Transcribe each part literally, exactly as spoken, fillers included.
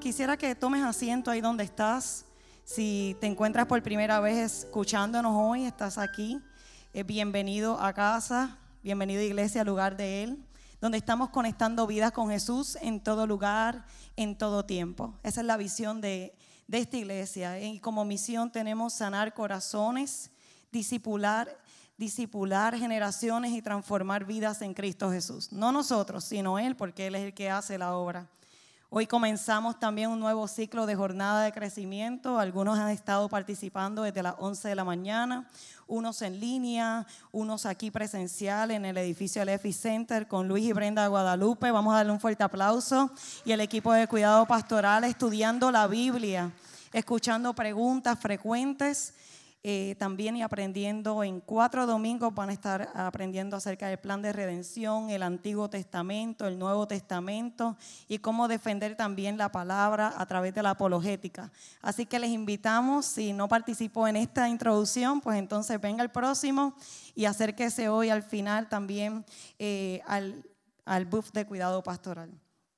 quisiera que tomes asiento ahí donde estás. Si te encuentras por primera vez escuchándonos hoy, estás aquí, eh, bienvenido a casa, bienvenido a Iglesia, lugar de Él, donde estamos conectando vidas con Jesús en todo lugar, en todo tiempo. Esa es la visión de, de esta iglesia. Y como misión tenemos sanar corazones, discipular, discipular generaciones y transformar vidas en Cristo Jesús. No nosotros, sino Él, porque Él es el que hace la obra. Hoy comenzamos también un nuevo ciclo de jornada de crecimiento. Algunos han estado participando desde las once de la mañana, unos en línea, unos aquí presencial en el edificio del Epicenter con Luis y Brenda de Guadalupe. Vamos a darle un fuerte aplauso. Y el equipo de cuidado pastoral estudiando la Biblia, escuchando preguntas frecuentes. Eh, también y aprendiendo en cuatro domingos van a estar aprendiendo acerca del plan de redención, el Antiguo Testamento, el Nuevo Testamento y cómo defender también la palabra a través de la apologética. Así que les invitamos, si no participó en esta introducción, pues entonces venga el próximo y acérquese hoy al final también eh, al, al booth de cuidado pastoral.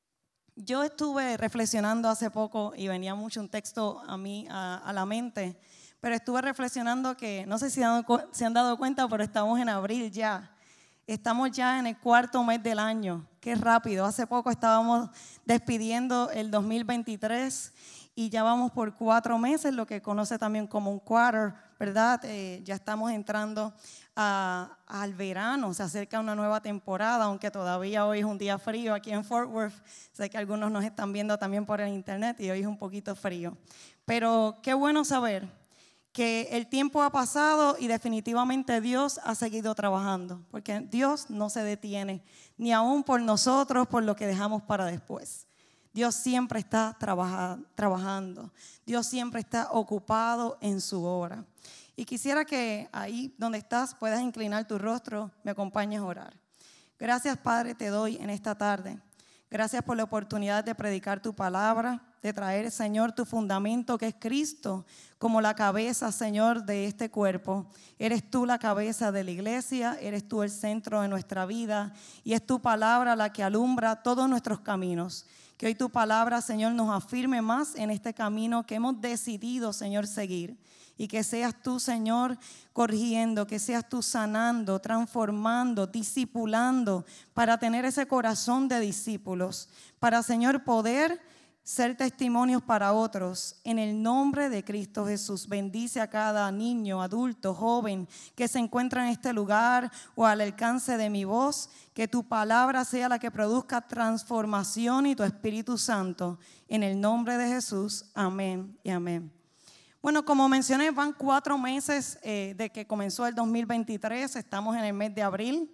Yo estuve reflexionando hace poco y venía mucho un texto a mí a, a la mente. Pero estuve reflexionando que, no sé si han, se han dado cuenta, pero estamos en abril ya. Estamos ya en el cuarto mes del año. Qué rápido. Hace poco estábamos despidiendo el dos mil veintitrés y ya vamos por cuatro meses, lo que conoce también como un quarter, ¿verdad? Eh, ya estamos entrando a, al verano. Se acerca una nueva temporada, aunque todavía hoy es un día frío aquí en Fort Worth. Sé que algunos nos están viendo también por el internet y hoy es un poquito frío. Pero qué bueno saber que el tiempo ha pasado y definitivamente Dios ha seguido trabajando, porque Dios no se detiene, ni aún por nosotros, por lo que dejamos para después. Dios siempre está trabaja, trabajando, Dios siempre está ocupado en su obra. Y quisiera que ahí donde estás puedas inclinar tu rostro, me acompañes a orar. Gracias, Padre, te doy en esta tarde. Gracias por la oportunidad de predicar tu palabra, de traer, Señor, tu fundamento que es Cristo como la cabeza, Señor, de este cuerpo. Eres tú la cabeza de la iglesia, eres tú el centro de nuestra vida y es tu palabra la que alumbra todos nuestros caminos. Que hoy tu palabra, Señor, nos afirme más en este camino que hemos decidido, Señor, seguir. Y que seas tú, Señor, corrigiendo, que seas tú sanando, transformando, discipulando, para tener ese corazón de discípulos, para, Señor, poder ser testimonios para otros. En el nombre de Cristo Jesús, bendice a cada niño, adulto, joven que se encuentra en este lugar o al alcance de mi voz. Que tu palabra sea la que produzca transformación y tu Espíritu Santo. En el nombre de Jesús, amén y amén. Bueno, como mencioné, van cuatro meses eh, de que comenzó el dos mil veintitrés, estamos en el mes de abril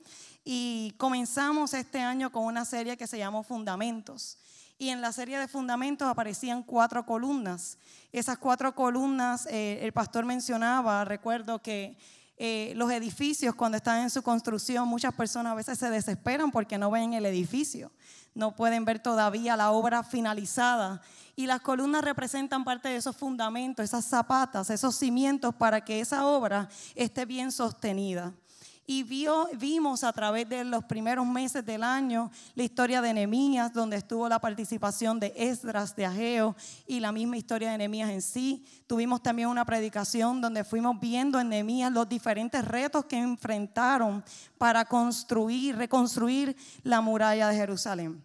y comenzamos este año con una serie que se llamó Fundamentos. Y en la serie de Fundamentos aparecían cuatro columnas. Esas cuatro columnas, eh, el pastor mencionaba, recuerdo que eh, los edificios cuando están en su construcción, muchas personas a veces se desesperan porque no ven el edificio, no pueden ver todavía la obra finalizada. Y las columnas representan parte de esos fundamentos, esas zapatas, esos cimientos para que esa obra esté bien sostenida. Y vio, vimos a través de los primeros meses del año la historia de Nehemías, donde estuvo la participación de Esdras, de Ageo y la misma historia de Nehemías en sí. Tuvimos también una predicación donde fuimos viendo en Nehemías los diferentes retos que enfrentaron para construir, reconstruir la muralla de Jerusalén.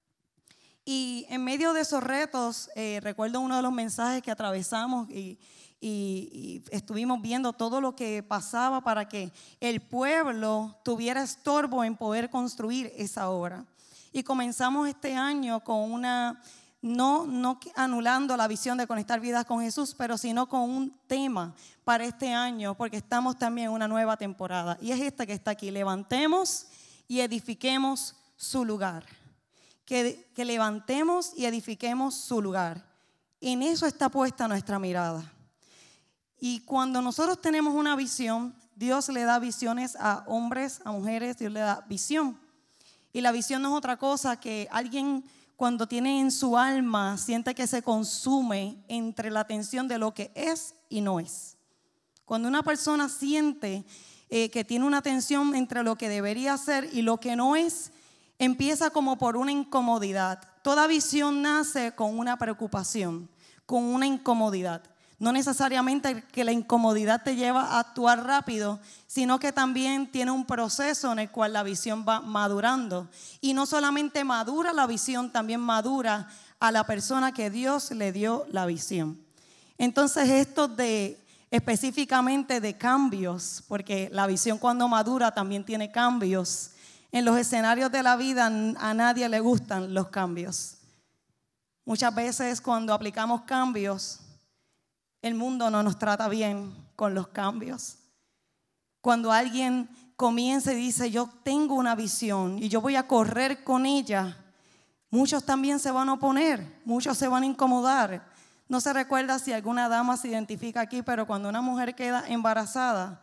Y en medio de esos retos, eh, recuerdo uno de los mensajes que atravesamos y, y, y estuvimos viendo todo lo que pasaba para que el pueblo tuviera estorbo en poder construir esa obra. Y comenzamos este año con una, no, no anulando la visión de conectar vidas con Jesús, pero sino con un tema para este año, porque estamos también en una nueva temporada. Y es esta que está aquí: levantemos y edifiquemos su lugar. Que, que levantemos y edifiquemos su lugar. En eso está puesta nuestra mirada. Y cuando nosotros tenemos una visión, Dios le da visiones a hombres, a mujeres, Dios le da visión. Y la visión no es otra cosa que alguien cuando tiene en su alma, siente que se consume entre la tensión de lo que es y no es. Cuando una persona siente eh, que tiene una tensión entre lo que debería ser y lo que no es, empieza como por una incomodidad. toda visión nace con una preocupación, con una incomodidad. No necesariamente que la incomodidad te lleva a actuar rápido, sino que también tiene un proceso en el cual la visión va madurando. Y no solamente madura la visión, también madura a la persona que Dios le dio la visión. Entonces esto de específicamente de cambios, porque la visión cuando madura también tiene cambios. En los escenarios de la vida a nadie le gustan los cambios. Muchas veces cuando aplicamos cambios, el mundo no nos trata bien con los cambios. Cuando alguien comienza y dice, yo tengo una visión y yo voy a correr con ella, muchos también se van a oponer, muchos se van a incomodar. No se recuerda si alguna dama se identifica aquí, pero cuando una mujer queda embarazada,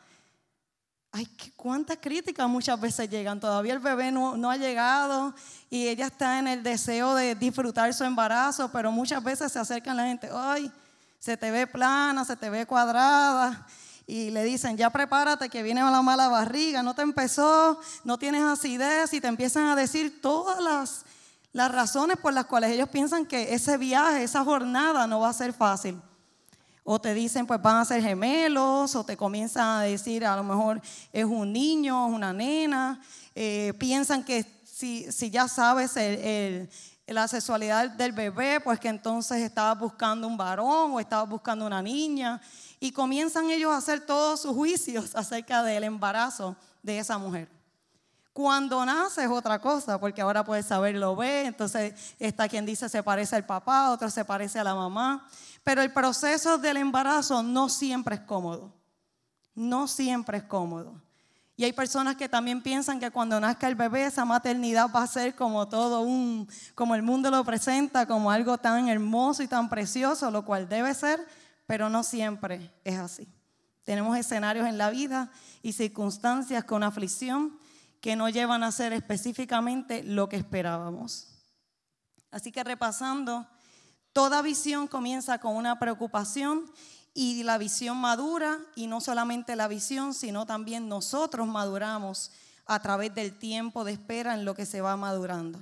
ay, cuántas críticas muchas veces llegan. Todavía el bebé no, no ha llegado y ella está en el deseo de disfrutar su embarazo, pero muchas veces se acercan la gente, ay, se te ve plana, se te ve cuadrada, y le dicen, ya prepárate que viene la mala barriga, no te empezó, no tienes acidez, y te empiezan a decir todas las, las razones por las cuales ellos piensan que ese viaje, esa jornada no va a ser fácil. O te dicen, pues van a ser gemelos, o te comienzan a decir, a lo mejor es un niño, es una nena. Eh, piensan que si, si ya sabes el, el, la sexualidad del bebé, pues que entonces estabas buscando un varón o estabas buscando una niña. Y comienzan ellos a hacer todos sus juicios acerca del embarazo de esa mujer. Cuando nace es otra cosa, porque ahora puedes saber, lo ve, entonces está quien dice se parece al papá, otro se parece a la mamá. Pero el proceso del embarazo no siempre es cómodo, no siempre es cómodo. Y hay personas que también piensan que cuando nazca el bebé, esa maternidad va a ser como todo un, como el mundo lo presenta, como algo tan hermoso y tan precioso, lo cual debe ser, pero no siempre es así. Tenemos escenarios en la vida y circunstancias con aflicción que no llevan a ser específicamente lo que esperábamos. Así que repasando, toda visión comienza con una preocupación y la visión madura, y no solamente la visión, sino también nosotros maduramos a través del tiempo de espera en lo que se va madurando.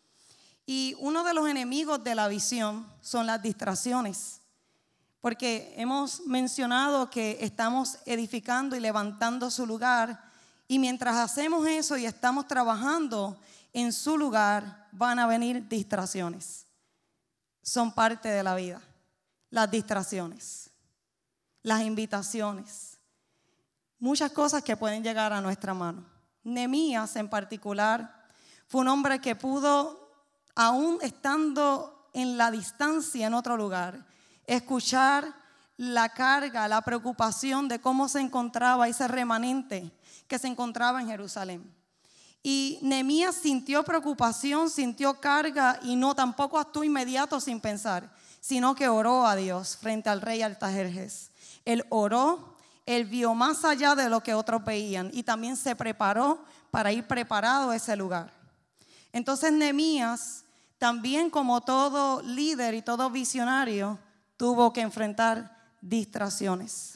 Y uno de los enemigos de la visión son las distracciones, porque hemos mencionado que estamos edificando y levantando su lugar, y mientras hacemos eso y estamos trabajando en su lugar, van a venir distracciones. Son parte de la vida, las distracciones, las invitaciones, muchas cosas que pueden llegar a nuestra mano. Nehemías en particular fue un hombre que pudo, aún estando en la distancia en otro lugar, escuchar la carga, la preocupación de cómo se encontraba ese remanente que se encontraba en Jerusalén. Y Nehemías sintió preocupación, sintió carga y no tampoco actuó inmediato sin pensar, sino que oró a Dios frente al rey Artajerjes. Él oró, él vio más allá de lo que otros veían y también se preparó para ir preparado a ese lugar. Entonces Nehemías, también como todo líder y todo visionario, tuvo que enfrentar distracciones.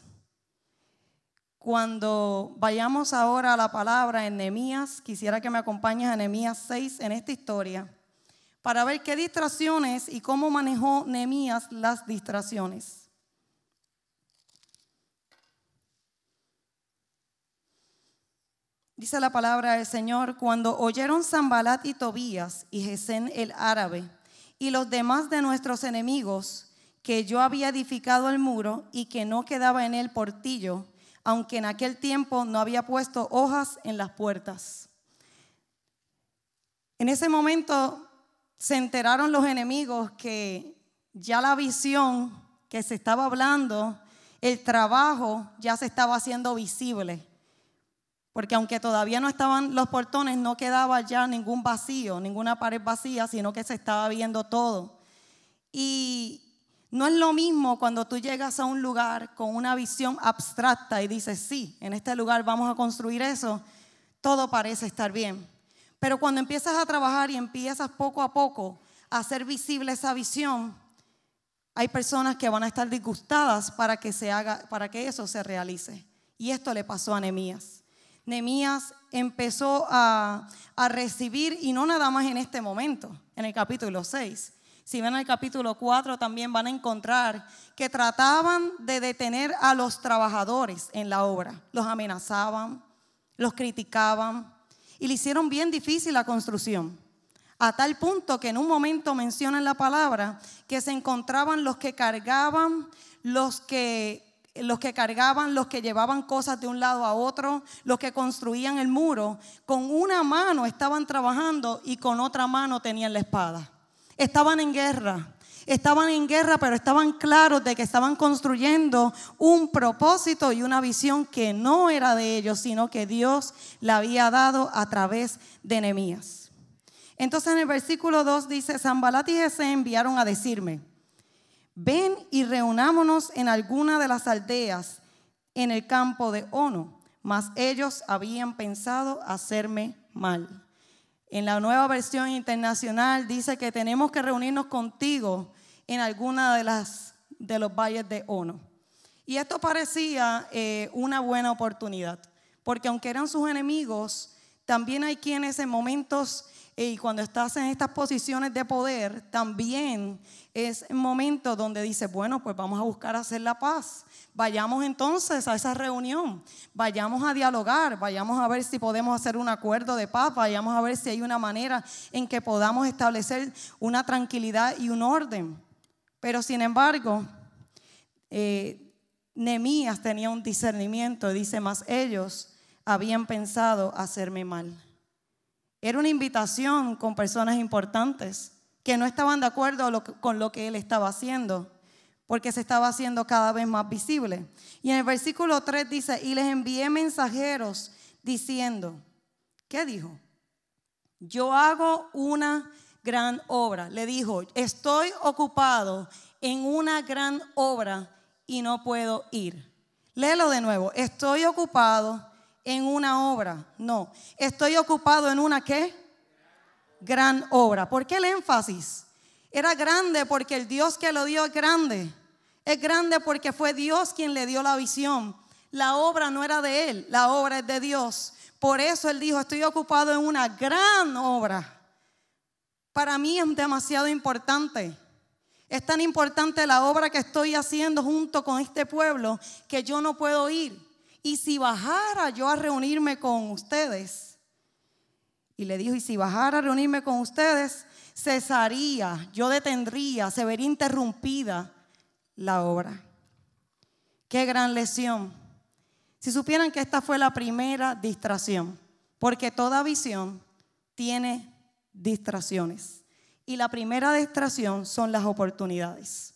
Cuando vayamos ahora a la palabra en Nehemías, quisiera que me acompañes a Nehemías seis en esta historia para ver qué distracciones y cómo manejó Nehemías las distracciones. Dice la palabra del Señor: cuando oyeron Sanbalat y Tobías y Gesén el árabe y los demás de nuestros enemigos que yo había edificado el muro y que no quedaba en él portillo, aunque en aquel tiempo no había puesto hojas en las puertas. En ese momento se enteraron los enemigos que ya la visión que se estaba hablando, el trabajo ya se estaba haciendo visible. Porque aunque todavía no estaban los portones, no quedaba ya ningún vacío, ninguna pared vacía, sino que se estaba viendo todo. Y no es lo mismo cuando tú llegas a un lugar con una visión abstracta y dices, sí, en este lugar vamos a construir eso, todo parece estar bien. Pero cuando empiezas a trabajar y empiezas poco a poco a hacer visible esa visión, hay personas que van a estar disgustadas para que, se haga, para que eso se realice. Y esto le pasó a Nehemías. Nehemías empezó a, a recibir, y no nada más en este momento, en el capítulo seis. Si ven el capítulo cuatro también van a encontrar que trataban de detener a los trabajadores en la obra. Los amenazaban, los criticaban y le hicieron bien difícil la construcción. A tal punto que en un momento menciona en la palabra que se encontraban los que cargaban, los que, los que cargaban, los que llevaban cosas de un lado a otro, los que construían el muro. Con una mano estaban trabajando y con otra mano tenían la espada. Estaban en guerra, estaban en guerra, pero estaban claros de que estaban construyendo un propósito y una visión que no era de ellos, sino que Dios la había dado a través de Nehemías. Entonces en el versículo dos dice: Sanbalat y Gesem enviaron a decirme: ven y reunámonos en alguna de las aldeas en el campo de Ono. Mas ellos habían pensado hacerme mal. En la Nueva Versión Internacional dice que tenemos que reunirnos contigo en alguna de las de los valles de Ono. Y esto parecía eh, una buena oportunidad, porque aunque eran sus enemigos, también hay quienes en momentos eh, y cuando estás en estas posiciones de poder, también es un momento donde dices, bueno, pues vamos a buscar hacer la paz. Vayamos entonces a esa reunión, vayamos a dialogar, vayamos a ver si podemos hacer un acuerdo de paz, vayamos a ver si hay una manera en que podamos establecer una tranquilidad y un orden. Pero sin embargo, eh, Nehemías tenía un discernimiento, dice, más ellos habían pensado hacerme mal. Era una invitación con personas importantes que no estaban de acuerdo con lo que él estaba haciendo, porque se estaba haciendo cada vez más visible. Y en el versículo tres dice: y les envié mensajeros diciendo, ¿qué dijo? Yo hago una gran obra. Le dijo, estoy ocupado en una gran obra y no puedo ir. Léelo de nuevo. Estoy ocupado en una obra. No, estoy ocupado en una ¿qué? Gran obra. ¿Por qué el énfasis? Era grande porque el Dios que lo dio es grande. Es grande porque fue Dios quien le dio la visión. La obra no era de él, la obra es de Dios. Por eso él dijo, estoy ocupado en una gran obra. Para mí es demasiado importante. Es tan importante la obra que estoy haciendo junto con este pueblo que yo no puedo ir. Y si bajara yo a reunirme con ustedes, y le dijo, y si bajara a reunirme con ustedes, cesaría, yo detendría, se vería interrumpida la obra. Qué gran lección. Si supieran que esta fue la primera distracción, porque toda visión tiene distracciones. Y la primera distracción son las oportunidades.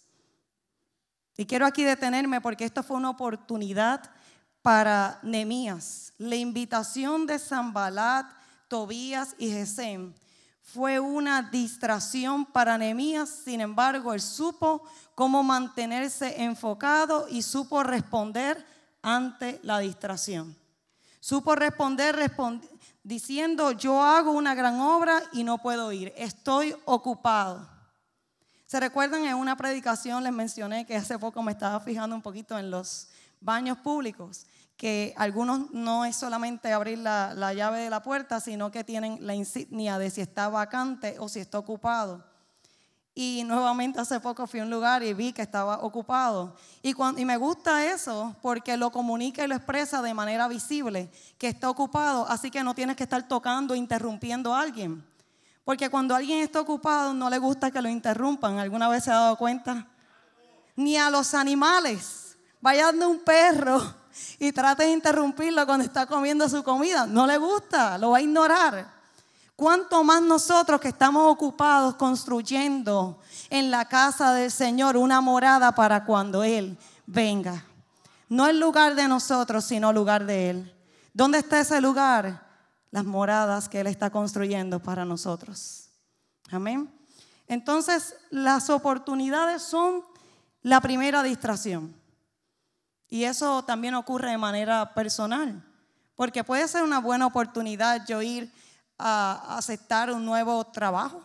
Y quiero aquí detenerme porque esta fue una oportunidad para Nehemías. La invitación de Sanbalat, Tobías y Gesem fue una distracción para Nehemías. Sin embargo, él supo cómo mantenerse enfocado y supo responder ante la distracción. Supo responder respond- diciendo, yo hago una gran obra y no puedo ir, estoy ocupado. ¿Se recuerdan? En una predicación les mencioné que hace poco me estaba fijando un poquito en los baños públicos, que algunos no es solamente abrir la, la llave de la puerta, sino que tienen la insignia de si está vacante o si está ocupado. Y nuevamente hace poco fui a un lugar y vi que estaba ocupado. Y, cuando, y me gusta eso porque lo comunica y lo expresa de manera visible, que está ocupado, así que no tienes que estar tocando, interrumpiendo a alguien. Porque cuando alguien está ocupado no le gusta que lo interrumpan. ¿Alguna vez se ha dado cuenta? Ni a los animales. Vaya ande un perro y trate de interrumpirlo cuando está comiendo su comida. No le gusta, lo va a ignorar. ¿Cuánto más nosotros que estamos ocupados construyendo en la casa del Señor una morada para cuando Él venga? No el lugar de nosotros, sino el lugar de Él. ¿Dónde está ese lugar? Las moradas que Él está construyendo para nosotros. Amén. Entonces, las oportunidades son la primera distracción. Y eso también ocurre de manera personal. Porque puede ser una buena oportunidad yo ir a aceptar un nuevo trabajo.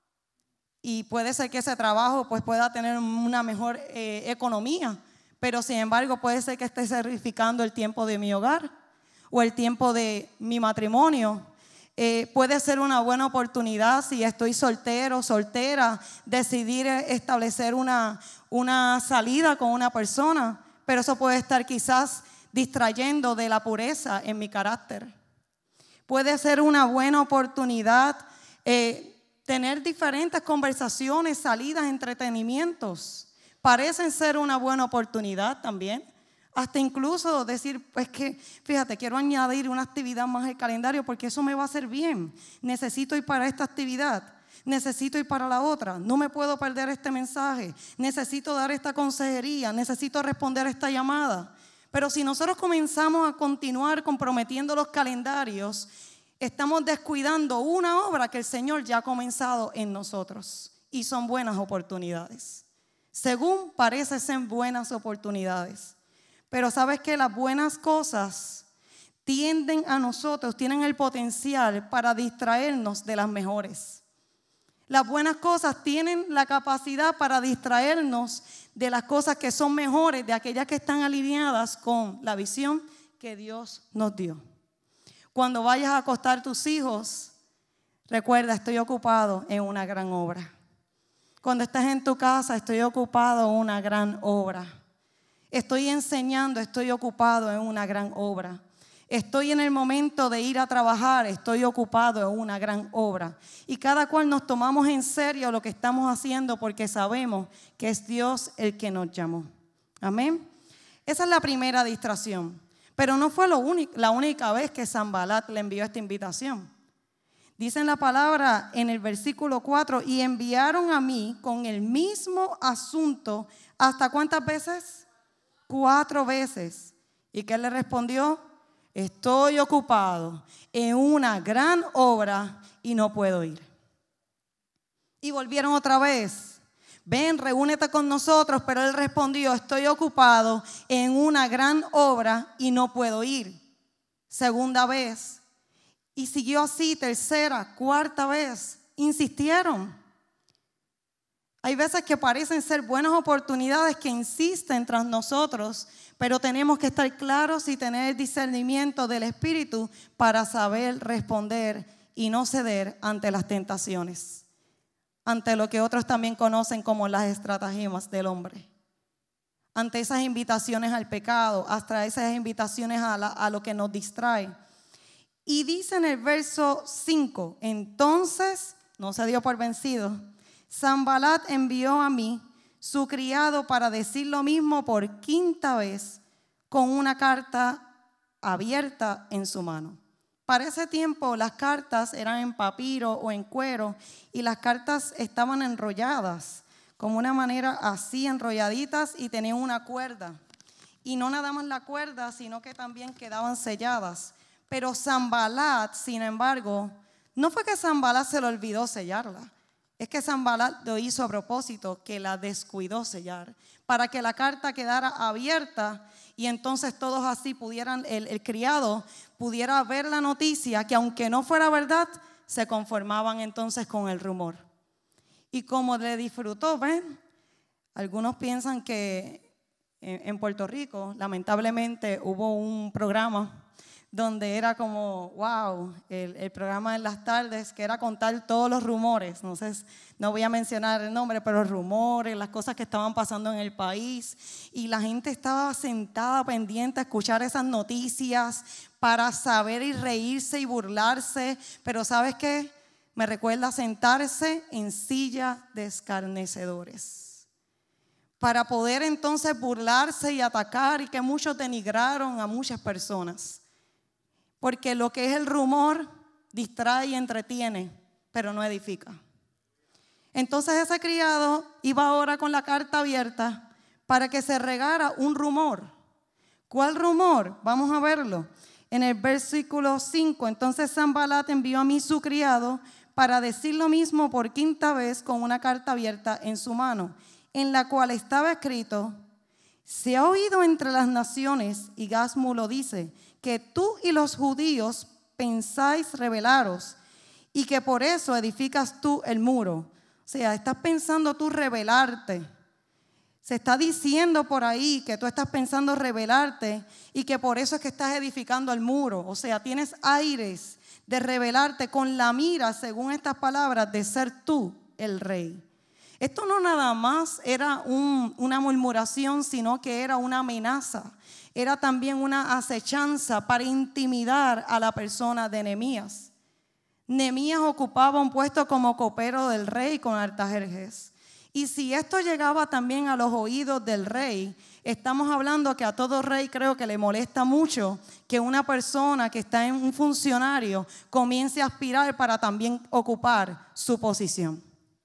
Y puede ser que ese trabajo pues, pueda tener una mejor eh, economía. Pero sin embargo puede ser que esté sacrificando el tiempo de mi hogar. o el tiempo de mi matrimonio. Eh, puede ser una buena oportunidad si estoy soltero, soltera, decidir establecer una, una salida con una persona, pero eso puede estar quizás distrayendo de la pureza en mi carácter. Puede ser una buena oportunidad eh, tener diferentes conversaciones, salidas, entretenimientos. Parecen ser una buena oportunidad también. Hasta incluso decir, pues que, fíjate, quiero añadir una actividad más al calendario porque eso me va a hacer bien. Necesito ir para esta actividad, necesito ir para la otra, no me puedo perder este mensaje, necesito dar esta consejería, necesito responder esta llamada. Pero si nosotros comenzamos a continuar comprometiendo los calendarios, estamos descuidando una obra que el Señor ya ha comenzado en nosotros. Y son buenas oportunidades. Según parecen ser buenas oportunidades. Pero sabes que las buenas cosas tienden a nosotros, tienen el potencial para distraernos de las mejores. Las buenas cosas tienen la capacidad para distraernos de las cosas que son mejores, de aquellas que están alineadas con la visión que Dios nos dio. Cuando vayas a acostar tus hijos, recuerda, estoy ocupado en una gran obra. Cuando estés en tu casa, estoy ocupado en una gran obra. Estoy enseñando, estoy ocupado en una gran obra. Estoy en el momento de ir a trabajar, estoy ocupado en una gran obra. Y cada cual nos tomamos en serio lo que estamos haciendo porque sabemos que es Dios el que nos llamó. Amén. Esa es la primera distracción. Pero no fue lo único, la única vez que Sanbalat le envió esta invitación. Dice en la palabra en el versículo cuatro, y enviaron a mí con el mismo asunto, ¿hasta cuántas veces? Cuatro veces. ¿Y qué le respondió? Estoy ocupado en una gran obra y no puedo ir. Y volvieron otra vez. Ven, reúnete con nosotros, pero él respondió, estoy ocupado en una gran obra y no puedo ir. Segunda vez. Y siguió así, tercera, cuarta vez. Insistieron. Hay veces que parecen ser buenas oportunidades que insisten tras nosotros, pero tenemos que estar claros y tener el discernimiento del Espíritu para saber responder y no ceder ante las tentaciones, ante lo que otros también conocen como las estratagemas del hombre, ante esas invitaciones al pecado, hasta esas invitaciones a, la, a lo que nos distrae. Y dice en el verso cinco, entonces no se dio por vencido. Sanbalat envió a mí su criado para decir lo mismo por quinta vez con una carta abierta en su mano. Para ese tiempo las cartas eran en papiro o en cuero y las cartas estaban enrolladas como una manera así enrolladitas y tenían una cuerda. Y no nada más la cuerda, sino que también quedaban selladas. Pero Sanbalat, sin embargo, no fue que Sanbalat se le olvidó sellarla. Es que Sanbalat lo hizo a propósito, que la descuidó sellar, para que la carta quedara abierta y entonces todos así pudieran, el, el criado pudiera ver la noticia, que aunque no fuera verdad, se conformaban entonces con el rumor. Y como le disfrutó, ¿ven? Algunos piensan que en, en Puerto Rico, lamentablemente, hubo un programa donde era como, wow, el, el programa en las tardes, que era contar todos los rumores, no sé, no voy a mencionar el nombre, pero los rumores, las cosas que estaban pasando en el país, y la gente estaba sentada pendiente a escuchar esas noticias para saber y reírse y burlarse, pero ¿sabes qué? Me recuerda sentarse en silla de escarnecedores, para poder entonces burlarse y atacar, y que muchos denigraron a muchas personas. Porque lo que es el rumor distrae y entretiene, pero no edifica. Entonces ese criado iba ahora con la carta abierta para que se regara un rumor. ¿Cuál rumor? Vamos a verlo. En el versículo cinco, entonces Sanbalat envió a mí su criado para decir lo mismo por quinta vez con una carta abierta en su mano, en la cual estaba escrito, se ha oído entre las naciones, y Gasmu lo dice, que tú y los judíos pensáis rebelaros y que por eso edificas tú el muro. O sea, estás pensando tú rebelarte. Se está diciendo por ahí que tú estás pensando rebelarte y que por eso es que estás edificando el muro. O sea, tienes aires de rebelarte con la mira, según estas palabras, de ser tú el rey. Esto no nada más era un, una murmuración, sino que era una amenaza. Era también una acechanza para intimidar a la persona de Nehemías. Nehemías ocupaba un puesto como copero del rey con Artajerjes. Y si esto llegaba también a los oídos del rey, estamos hablando que a todo rey creo que le molesta mucho que una persona que está en un funcionario comience a aspirar para también ocupar su posición.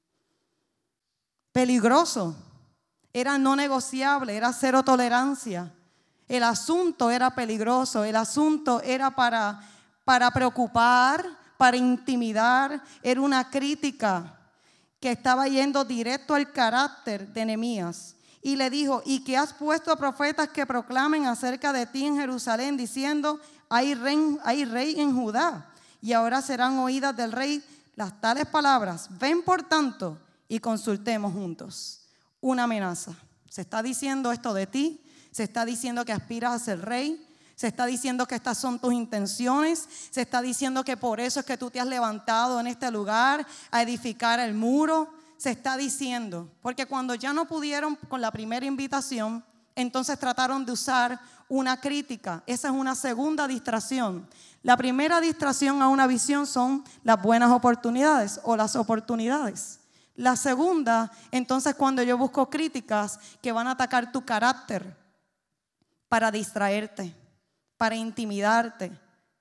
Peligroso, era no negociable, era cero tolerancia. El asunto era peligroso, el asunto era para, para preocupar, para intimidar, era una crítica que estaba yendo directo al carácter de Nehemías. Y le dijo, ¿y que has puesto a profetas que proclamen acerca de ti en Jerusalén, diciendo, hay rey, hay rey en Judá? Y ahora serán oídas del rey las tales palabras. Ven por tanto y consultemos juntos. Una amenaza. Se está diciendo esto de ti, se está diciendo que aspiras a ser rey, se está diciendo que estas son tus intenciones, se está diciendo que por eso es que tú te has levantado en este lugar a edificar el muro. Se está diciendo, porque cuando ya no pudieron con la primera invitación, entonces trataron de usar una crítica. Esa es una segunda distracción. La primera distracción a una visión son las buenas oportunidades o las oportunidades. La segunda, entonces, cuando yo busco críticas que van a atacar tu carácter para distraerte, para intimidarte,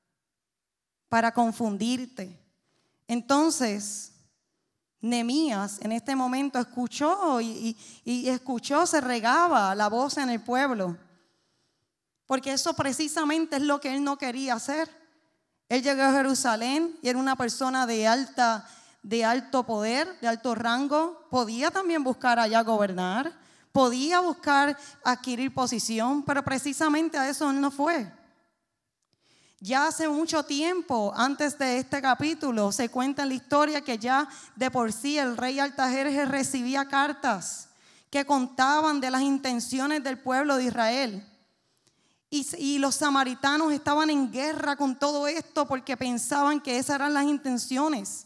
para confundirte. Entonces, Nehemías en este momento escuchó y, y, y escuchó, se regaba la voz en el pueblo, porque eso precisamente es lo que él no quería hacer. Él llegó a Jerusalén y era una persona de alta, de alto poder, de alto rango. Podía también buscar allá gobernar, podía buscar adquirir posición, pero precisamente a eso él no fue. Ya hace mucho tiempo, antes de este capítulo, se cuenta en la historia que ya de por sí el rey Artajerjes recibía cartas que contaban de las intenciones del pueblo de Israel. Y, y los samaritanos estaban en guerra con todo esto porque pensaban que esas eran las intenciones.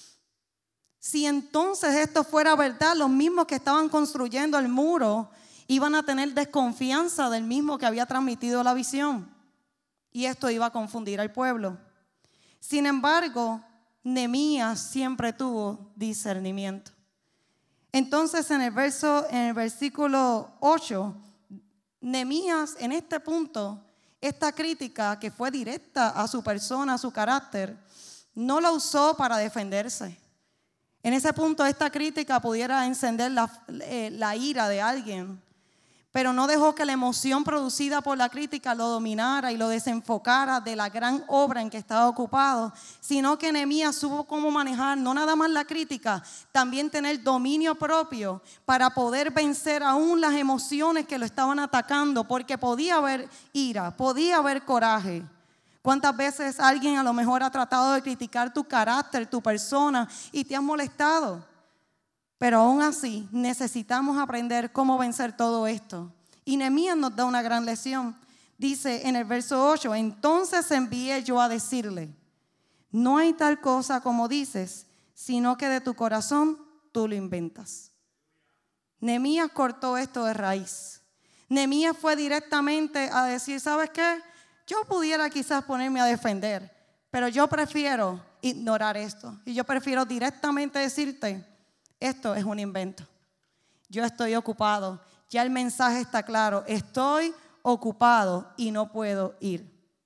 Si entonces esto fuera verdad, los mismos que estaban construyendo el muro iban a tener desconfianza del mismo que había transmitido la visión. Y esto iba a confundir al pueblo. Sin embargo, Nehemías siempre tuvo discernimiento. Entonces, en el verso, en el versículo ocho, Nehemías, en este punto, esta crítica que fue directa a su persona, a su carácter, no la usó para defenderse. En ese punto, esta crítica pudiera encender la, eh, la ira de alguien, pero no dejó que la emoción producida por la crítica lo dominara y lo desenfocara de la gran obra en que estaba ocupado, sino que Nehemías supo cómo manejar no nada más la crítica, también tener dominio propio para poder vencer aún las emociones que lo estaban atacando, porque podía haber ira, podía haber coraje. ¿Cuántas veces alguien a lo mejor ha tratado de criticar tu carácter, tu persona y te has molestado? Pero aún así necesitamos aprender cómo vencer todo esto. Y Nehemías nos da una gran lección. Dice en el verso ocho, entonces envié yo a decirle, no hay tal cosa como dices, sino que de tu corazón tú lo inventas. Nehemías cortó esto de raíz. Nehemías fue directamente a decir, ¿sabes qué? Yo pudiera quizás ponerme a defender, pero yo prefiero ignorar esto. Y yo prefiero directamente decirte, esto es un invento. Yo estoy ocupado. Ya el mensaje está claro. Estoy ocupado y no puedo ir.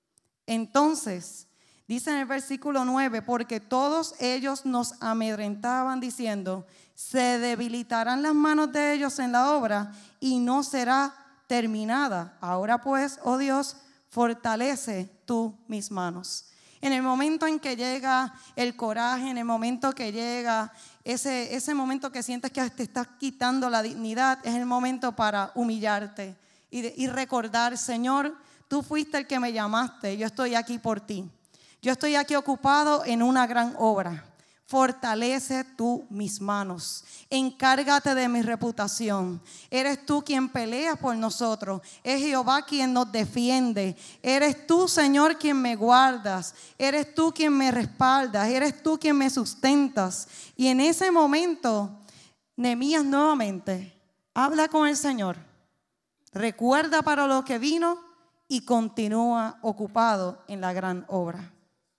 Entonces, dice en el versículo nueve, porque todos ellos nos amedrentaban diciendo, se debilitarán las manos de ellos en la obra y no será terminada. Ahora pues, oh Dios, fortalece tú mis manos. En el momento en que llega el coraje, en el momento que llega ese, ese momento que sientes que te estás quitando la dignidad, es el momento para humillarte y, de, y recordar, Señor, tú fuiste el que me llamaste, yo estoy aquí por ti. Yo estoy aquí ocupado en una gran obra. Fortalece tú mis manos. Encárgate de mi reputación. Eres tú quien peleas por nosotros. Es Jehová quien nos defiende. Eres tú, Señor, quien me guardas. Eres tú quien me respaldas. Eres tú quien me sustentas. Y en ese momento, Nehemías nuevamente habla con el Señor. Recuerda para lo que vino y continúa ocupado en la gran obra.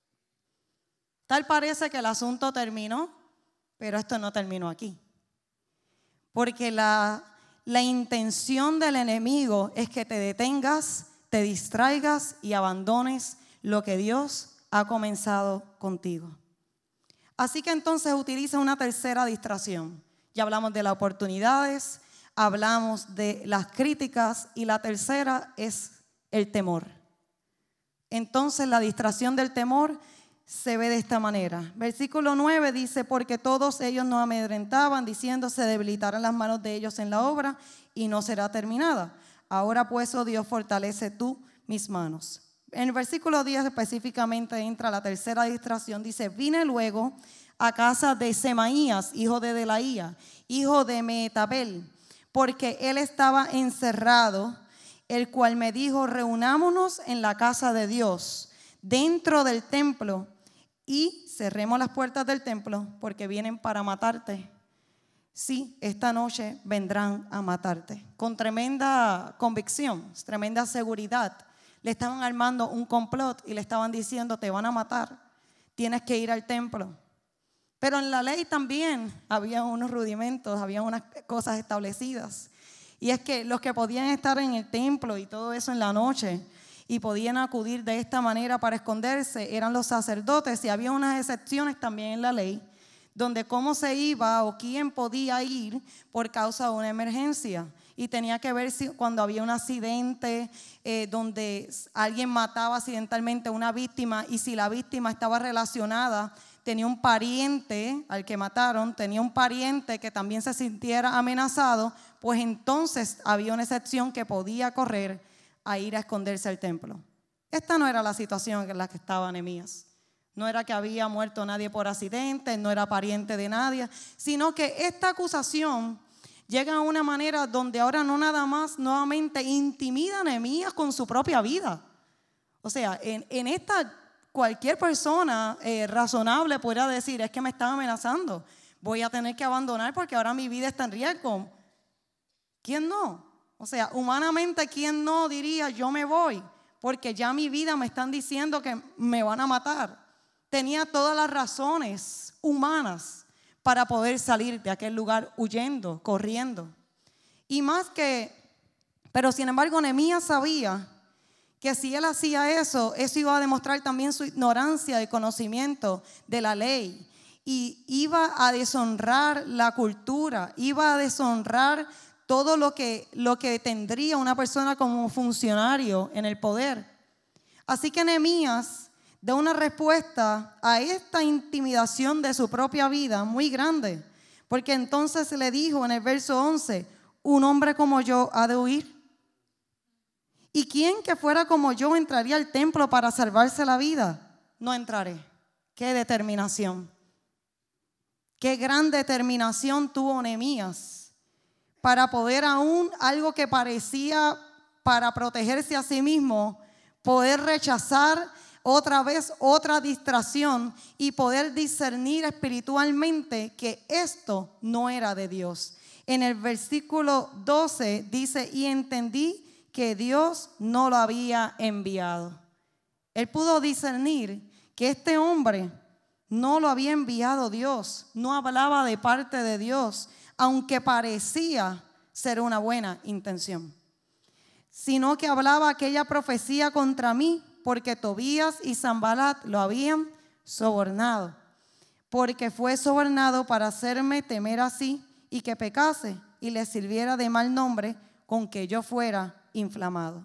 Tal parece que el asunto terminó, pero esto no terminó aquí. Porque la, la intención del enemigo es que te detengas, te distraigas y abandones lo que Dios ha comenzado contigo. Así que entonces utiliza una tercera distracción. Ya hablamos de las oportunidades, hablamos de las críticas y la tercera es el temor. Entonces la distracción del temor se ve de esta manera. Versículo nueve dice, porque todos ellos nos amedrentaban, diciendo, se debilitarán las manos de ellos en la obra y no será terminada. Ahora pues, oh Dios, fortalece tú mis manos. En el versículo diez específicamente entra la tercera distracción. Dice, vine luego a casa de Semaías, hijo de Delaía, hijo de Mehetabel, porque él estaba encerrado, el cual me dijo, reunámonos en la casa de Dios, dentro del templo, y cerremos las puertas del templo porque vienen para matarte. Sí, esta noche vendrán a matarte. Con tremenda convicción, tremenda seguridad. Le estaban armando un complot y le estaban diciendo, te van a matar, tienes que ir al templo. Pero en la ley también había unos rudimentos, había unas cosas establecidas. Y es que los que podían estar en el templo y todo eso en la noche y podían acudir de esta manera para esconderse eran los sacerdotes, y había unas excepciones también en la ley donde cómo se iba o quién podía ir por causa de una emergencia, y tenía que ver si cuando había un accidente eh, donde alguien mataba accidentalmente a una víctima, y si la víctima estaba relacionada, tenía un pariente al que mataron, tenía un pariente que también se sintiera amenazado, pues entonces había una excepción que podía correr a ir a esconderse al templo. Esta no era la situación en la que estaba Nehemías. No era que había muerto nadie por accidente, no era pariente de nadie, sino que esta acusación llega a una manera donde ahora no nada más nuevamente intimida a Nehemías con su propia vida. O sea, en, en esta cualquier persona eh, razonable podría decir, es que me están amenazando, voy a tener que abandonar porque ahora mi vida está en riesgo. ¿Quién no? O sea, humanamente, ¿quién no diría yo me voy? Porque ya mi vida me están diciendo que me van a matar. Tenía todas las razones humanas para poder salir de aquel lugar huyendo, corriendo. Y más que, pero sin embargo Nehemías sabía que si él hacía eso, eso iba a demostrar también su ignorancia de conocimiento de la ley. Y iba a deshonrar la cultura, iba a deshonrar todo lo que, lo que tendría una persona como funcionario en el poder. Así que Nehemías da una respuesta a esta intimidación de su propia vida muy grande, porque entonces le dijo en el verso once, un hombre como yo ha de huir. ¿Y quién que fuera como yo entraría al templo para salvarse la vida? No entraré. Qué determinación. Qué gran determinación tuvo Nehemías para poder aún algo que parecía para protegerse a sí mismo, poder rechazar otra vez otra distracción y poder discernir espiritualmente que esto no era de Dios. En el versículo doce dice, y entendí que Dios no lo había enviado. Él pudo discernir que este hombre no lo había enviado Dios, no hablaba de parte de Dios, aunque parecía ser una buena intención, sino que hablaba aquella profecía contra mí, porque Tobías y Sanbalat lo habían sobornado, porque fue sobornado para hacerme temer así y que pecase y le sirviera de mal nombre con que yo fuera inflamado.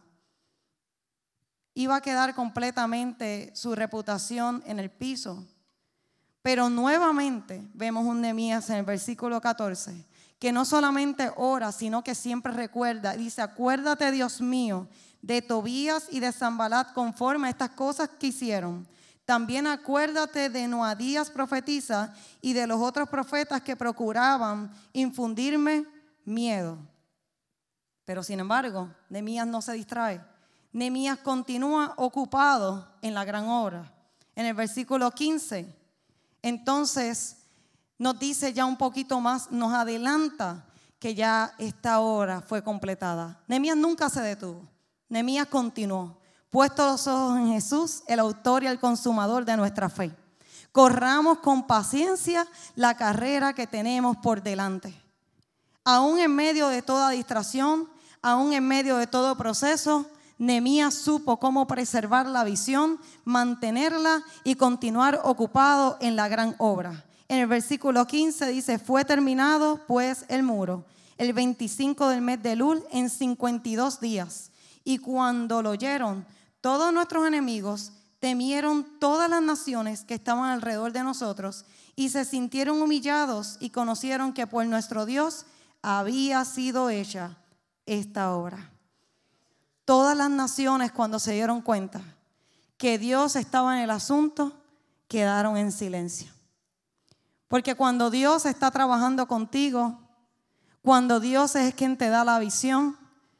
Iba a quedar completamente su reputación en el piso. Pero nuevamente vemos un Nehemías en el versículo catorce, que no solamente ora, sino que siempre recuerda. Dice, acuérdate, Dios mío, de Tobías y de Sanbalat conforme a estas cosas que hicieron. También acuérdate de Noadías profetisa y de los otros profetas que procuraban infundirme miedo. Pero sin embargo, Nehemías no se distrae. Nehemías continúa ocupado en la gran obra. En el versículo quince, entonces nos dice ya un poquito más, nos adelanta que ya esta obra fue completada. Nehemías nunca se detuvo. Nehemías continuó. Puesto los ojos en Jesús, el autor y el consumador de nuestra fe. Corramos con paciencia la carrera que tenemos por delante. Aún en medio de toda distracción, aún en medio de todo proceso, Nehemías supo cómo preservar la visión, mantenerla y continuar ocupado en la gran obra. En el versículo quince dice, fue terminado pues el muro, el veinticinco del mes de Elul, en cincuenta y dos días. Y cuando lo oyeron, todos nuestros enemigos temieron todas las naciones que estaban alrededor de nosotros y se sintieron humillados y conocieron que por nuestro Dios había sido hecha esta obra. Todas las naciones, cuando se dieron cuenta que Dios estaba en el asunto, quedaron en silencio. Porque cuando Dios está trabajando contigo, cuando Dios es quien te da la visión,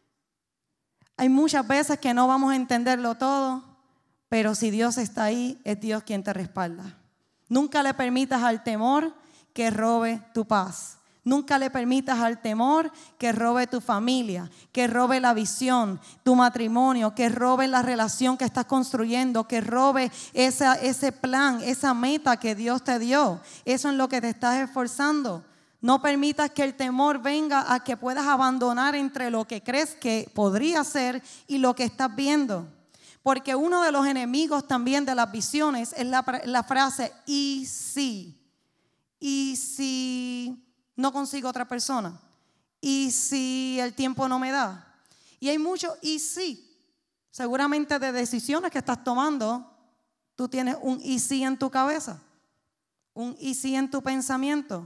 hay muchas veces que no vamos a entenderlo todo, pero si Dios está ahí, es Dios quien te respalda. Nunca le permitas al temor que robe tu paz. Nunca le permitas al temor que robe tu familia, que robe la visión, tu matrimonio, que robe la relación que estás construyendo, que robe esa, ese plan, esa meta que Dios te dio. Eso es lo que te estás esforzando. No permitas que el temor venga a que puedas abandonar entre lo que crees que podría ser y lo que estás viendo. Porque uno de los enemigos también de las visiones es la, la frase, ¿y si? ¿Y si no consigo otra persona? ¿Y si el tiempo no me da? Y hay mucho y si. Seguramente de decisiones que estás tomando, tú tienes un y si en tu cabeza, un y si en tu pensamiento.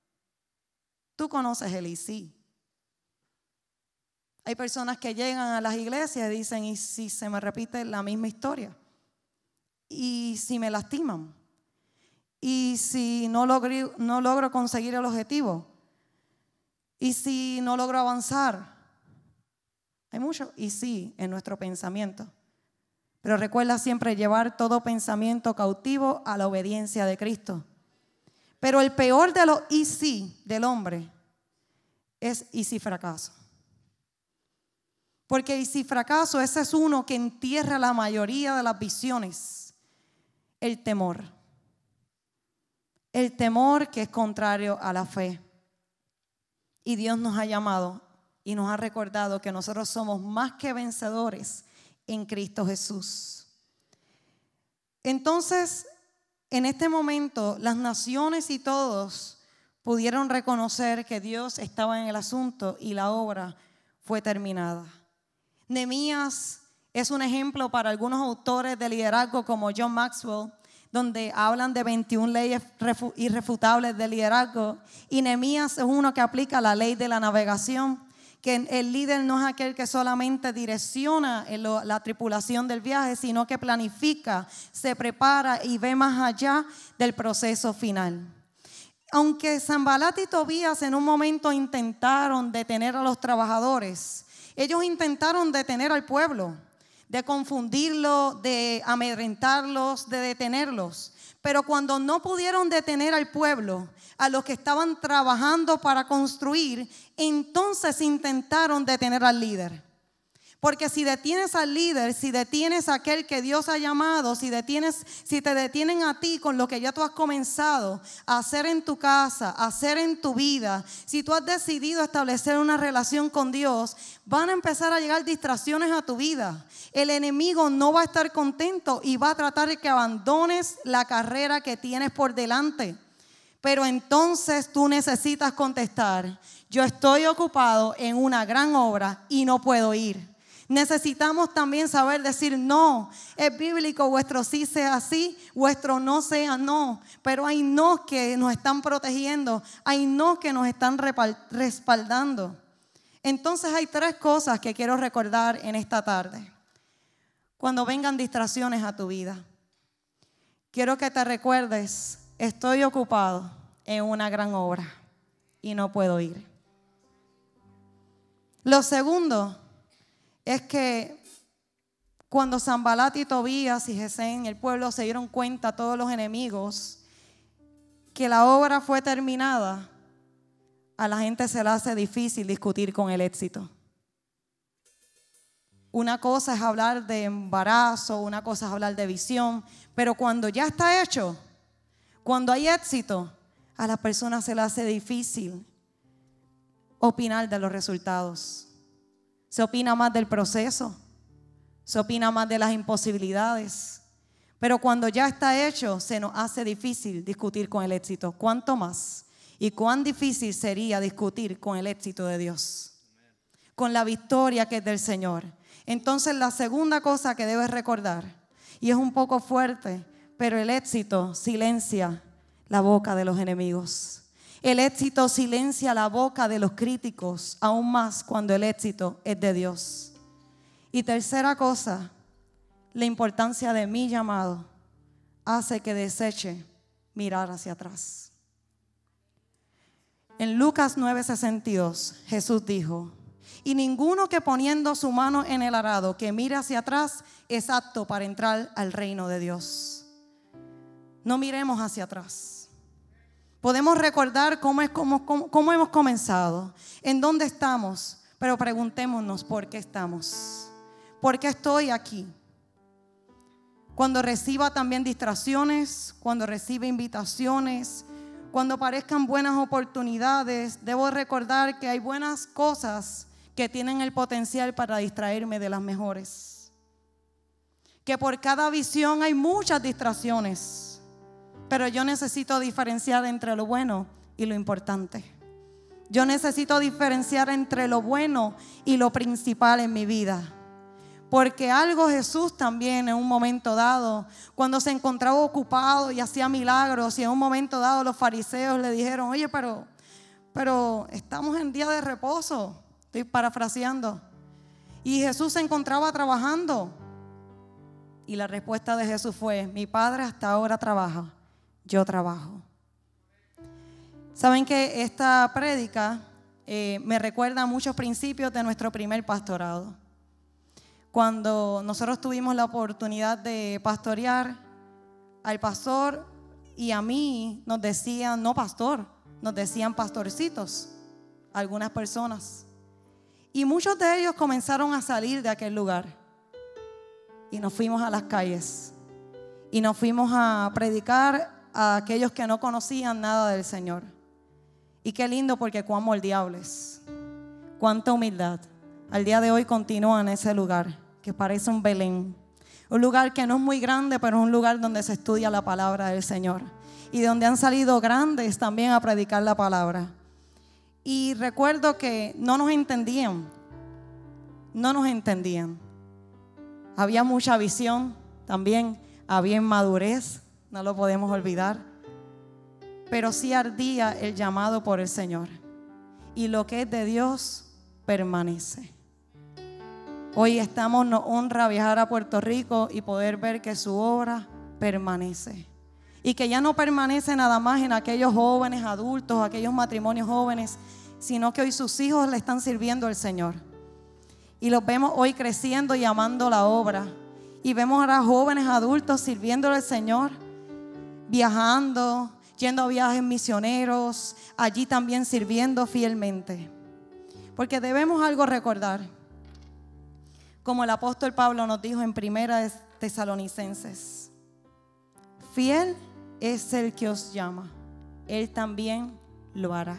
Tú conoces el y si. Hay personas que llegan a las iglesias y dicen, ¿y si se me repite la misma historia? ¿Y si me lastiman? ¿Y si no logro, no logro conseguir el objetivo? ¿Y si no logro avanzar? Hay mucho y sí en nuestro pensamiento. Pero recuerda siempre llevar todo pensamiento cautivo a la obediencia de Cristo. Pero el peor de los y sí del hombre es y si fracaso. Porque y si fracaso, ese es uno que entierra la mayoría de las visiones. El temor. El temor que es contrario a la fe. Y Dios nos ha llamado y nos ha recordado que nosotros somos más que vencedores en Cristo Jesús. Entonces, en este momento, las naciones y todos pudieron reconocer que Dios estaba en el asunto y la obra fue terminada. Nehemías es un ejemplo para algunos autores de liderazgo como John Maxwell, donde hablan de veintiuna leyes irrefutables de liderazgo, y Nehemías es uno que aplica la ley de la navegación, que el líder no es aquel que solamente direcciona la tripulación del viaje, sino que planifica, se prepara y ve más allá del proceso final. Aunque Sanbalat y Tobías en un momento intentaron detener a los trabajadores, ellos intentaron detener al pueblo, de confundirlo, de amedrentarlos, de detenerlos. Pero cuando no pudieron detener al pueblo, a los que estaban trabajando para construir, entonces intentaron detener al líder. Porque si detienes al líder, si detienes a aquel que Dios ha llamado, si detienes, si te detienen a ti con lo que ya tú has comenzado a hacer en tu casa, a hacer en tu vida, si tú has decidido establecer una relación con Dios, van a empezar a llegar distracciones a tu vida. El enemigo no va a estar contento y va a tratar de que abandones la carrera que tienes por delante. Pero entonces tú necesitas contestar, yo estoy ocupado en una gran obra y no puedo ir. Necesitamos también saber decir no. Es bíblico, vuestro sí sea sí, vuestro no sea no. Pero hay no que nos están protegiendo, hay no que nos están respaldando. Entonces hay tres cosas que quiero recordar en esta tarde. Cuando vengan distracciones a tu vida, quiero que te recuerdes, estoy ocupado en una gran obra y no puedo ir. Lo segundo es que cuando Sanbalat y Tobías y Gesem, el pueblo, se dieron cuenta, todos los enemigos, que la obra fue terminada, a la gente se le hace difícil discutir con el éxito. Una cosa es hablar de embarazo, una cosa es hablar de visión, pero cuando ya está hecho, cuando hay éxito, a las personas se les hace difícil opinar de los resultados. Se opina más del proceso, se opina más de las imposibilidades, pero cuando ya está hecho, se nos hace difícil discutir con el éxito. ¿Cuánto más? ¿Y cuán difícil sería discutir con el éxito de Dios? Con la victoria que es del Señor. Entonces, la segunda cosa que debes recordar, y es un poco fuerte, pero el éxito silencia la boca de los enemigos. El éxito silencia la boca de los críticos, aún más cuando el éxito es de Dios. Y tercera cosa, la importancia de mi llamado hace que deseche mirar hacia atrás. En Lucas nueve sesenta y dos, Jesús dijo: y ninguno que poniendo su mano en el arado que mire hacia atrás es apto para entrar al reino de Dios. No miremos hacia atrás. Podemos recordar cómo, es, cómo, cómo, cómo hemos comenzado, en dónde estamos, pero preguntémonos por qué estamos. ¿Por qué estoy aquí? Cuando reciba también distracciones, cuando reciba invitaciones, cuando parezcan buenas oportunidades, debo recordar que hay buenas cosas que tienen el potencial para distraerme de las mejores. Que por cada visión hay muchas distracciones, pero yo necesito diferenciar entre lo bueno y lo importante. Yo necesito diferenciar entre lo bueno y lo principal en mi vida. Porque algo Jesús también en un momento dado, cuando se encontraba ocupado y hacía milagros, y en un momento dado los fariseos le dijeron: oye, pero, pero estamos en día de reposo. Estoy parafraseando. Y Jesús se encontraba trabajando. Y la respuesta de Jesús fue: mi Padre hasta ahora trabaja, yo trabajo. Saben que esta prédica eh, me recuerda a muchos principios de nuestro primer pastorado. Cuando nosotros tuvimos la oportunidad de pastorear, al pastor y a mí nos decían, no pastor, nos decían pastorcitos, algunas personas. Y muchos de ellos comenzaron a salir de aquel lugar. Y nos fuimos a las calles. Y nos fuimos a predicar a aquellos que no conocían nada del Señor. Y qué lindo, porque cuán moldeables, cuánta humildad. Al día de hoy continúan en ese lugar que parece un Belén. Un lugar que no es muy grande, pero es un lugar donde se estudia la palabra del Señor. Y donde han salido grandes también a predicar la palabra. Y recuerdo que no nos entendían. No nos entendían. Había mucha visión también. Había inmadurez, no lo podemos olvidar. Pero sí ardía el llamado por el Señor. Y lo que es de Dios permanece. Hoy estamos, nos honra viajar a Puerto Rico y poder ver que su obra permanece. Y que ya no permanece nada más en aquellos jóvenes, adultos, aquellos matrimonios jóvenes, sino que hoy sus hijos le están sirviendo al Señor. Y los vemos hoy creciendo y amando la obra. Y vemos ahora jóvenes, adultos sirviéndole al Señor, viajando, yendo a viajes misioneros, allí también sirviendo fielmente. Porque debemos algo recordar. Como el apóstol Pablo nos dijo en Primera de Tesalonicenses: fiel es el que os llama, Él también lo hará.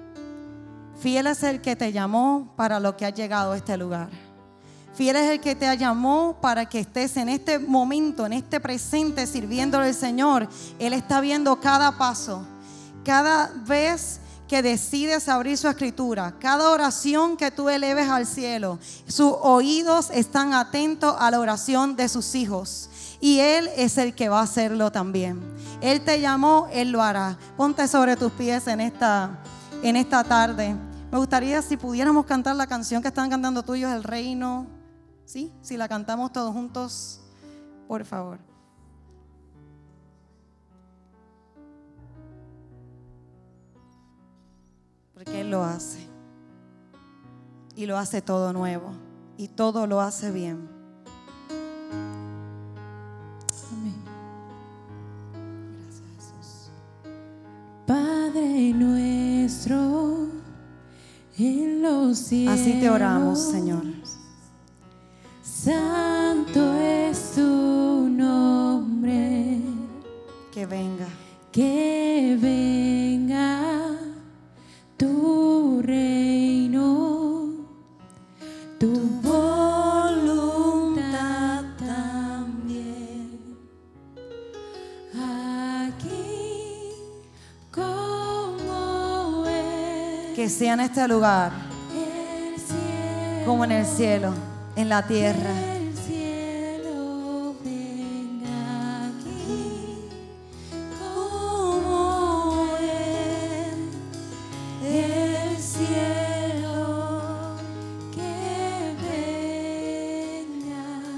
Fiel es el que te llamó para lo que has llegado a este lugar. Fiel es el que te llamó para que estés en este momento, en este presente, sirviéndole al Señor. Él está viendo cada paso, cada vez que decides abrir su escritura, cada oración que tú eleves al cielo. Sus oídos están atentos a la oración de sus hijos. Y Él es el que va a hacerlo también. Él te llamó, Él lo hará. Ponte sobre tus pies en esta, en esta tarde. Me gustaría si pudiéramos cantar la canción que están cantando tuyos, El Reino. ¿Sí? Si la cantamos todos juntos, por favor. porque Él lo hace. Y lo hace todo nuevo. Y todo lo hace bien. Amén. Gracias, Jesús. Padre nuestro en los cielos. Así te oramos, Señor. Santo es tu nombre. Que venga. Que venga tu reino, tu voluntad también, aquí como en Que sea en este lugar, el cielo, como en el cielo, en la tierra. el cielo venga aquí como en el cielo, que venga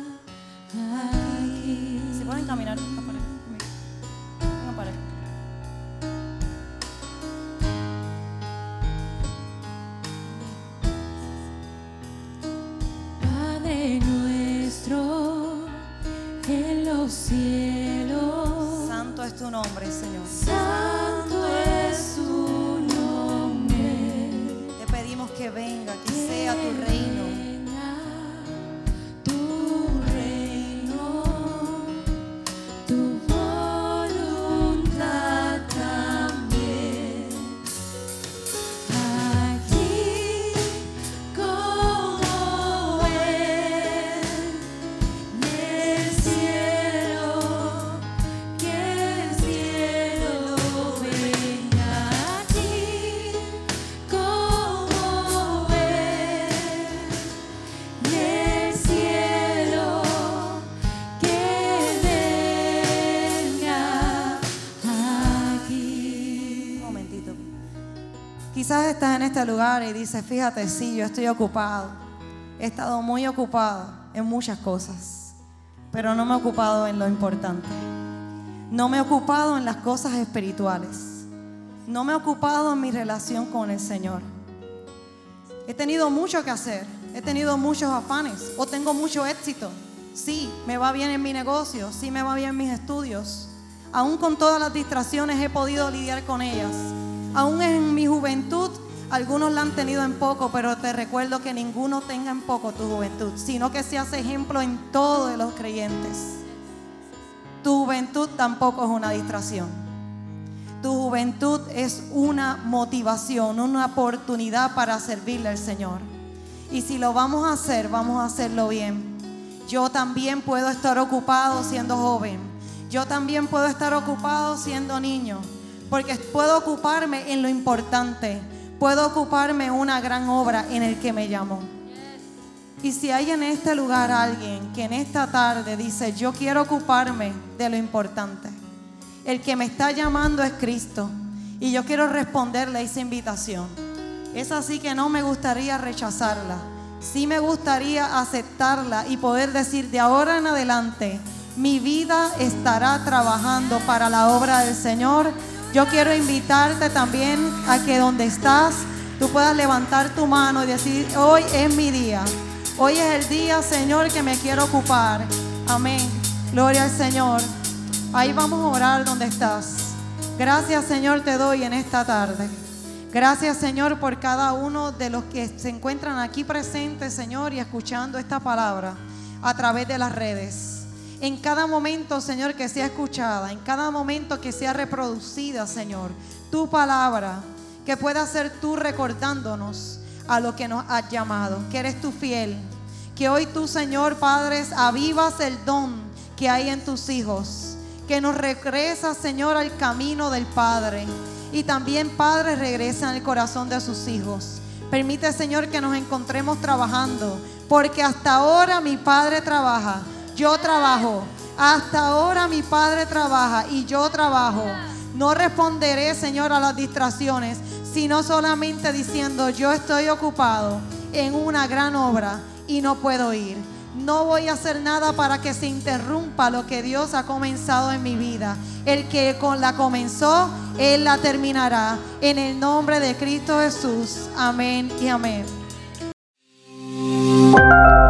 aquí. ¿Se pueden caminar? Vengan para acá conmigo. Vengan para acá. Padre nuestro en los cielos, Santo es tu nombre, Señor. santo es tu nombre. Te pedimos que venga, que sea tu reino. Venga tu reino, tu voluntad también, aquí como en el cielo, que el cielo venga aquí como en el cielo, que venga aquí. Un momentito. Quizás estás en este lugar y dices, fíjate, sí, yo estoy ocupado. He estado muy ocupado en muchas cosas, pero no me he ocupado en lo importante. No me he ocupado en las cosas espirituales. No me he ocupado en mi relación con el Señor. He tenido mucho que hacer. He tenido muchos afanes. O tengo mucho éxito. Sí, me va bien en mi negocio. Sí, me va bien en mis estudios. Aún con todas las distracciones he podido lidiar con ellas. Aún en mi juventud, algunos la han tenido en poco, pero te recuerdo que ninguno tenga en poco tu juventud, sino que seas ejemplo en todos los creyentes. Tu juventud tampoco es una distracción. Tu juventud es una motivación, una oportunidad para servirle al Señor. Y si lo vamos a hacer, vamos a hacerlo bien. Yo también puedo estar ocupado siendo joven. Yo también puedo estar ocupado siendo niño. Porque puedo ocuparme en lo importante. Puedo ocuparme en una gran obra en el que me llamó. Y si hay en este lugar alguien que en esta tarde dice, yo quiero ocuparme de lo importante. El que me está llamando es Cristo. Y yo quiero responderle a esa invitación. Es así que no me gustaría rechazarla. Sí me gustaría aceptarla y poder decir de ahora en adelante, mi vida estará trabajando para la obra del Señor. Yo quiero invitarte también a que donde estás, tú puedas levantar tu mano y decir, hoy es mi día. Hoy es el día, Señor, que me quiero ocupar. Amén. Gloria al Señor. Ahí vamos a orar donde estás. Gracias, Señor, te doy en esta tarde. Gracias, Señor, por cada uno de los que se encuentran aquí presentes, Señor, y escuchando esta palabra a través de las redes. En cada momento, Señor, que sea escuchada, en cada momento que sea reproducida, Señor, tu palabra, que pueda ser tú recordándonos a lo que nos has llamado, que eres tú fiel, que hoy tú, Señor, Padre, avivas el don que hay en tus hijos, que nos regresa, Señor, al camino del Padre, y también, Padre, regresa en el corazón de sus hijos. Permite, Señor, que nos encontremos trabajando, porque hasta ahora mi Padre trabaja, yo trabajo, hasta ahora mi Padre trabaja y yo trabajo. No responderé, Señor, a las distracciones, sino solamente diciendo, yo estoy ocupado en una gran obra y no puedo ir. No voy a hacer nada para que se interrumpa lo que Dios ha comenzado en mi vida. El que con la comenzó, Él la terminará. En el nombre de Cristo Jesús. Amén y amén.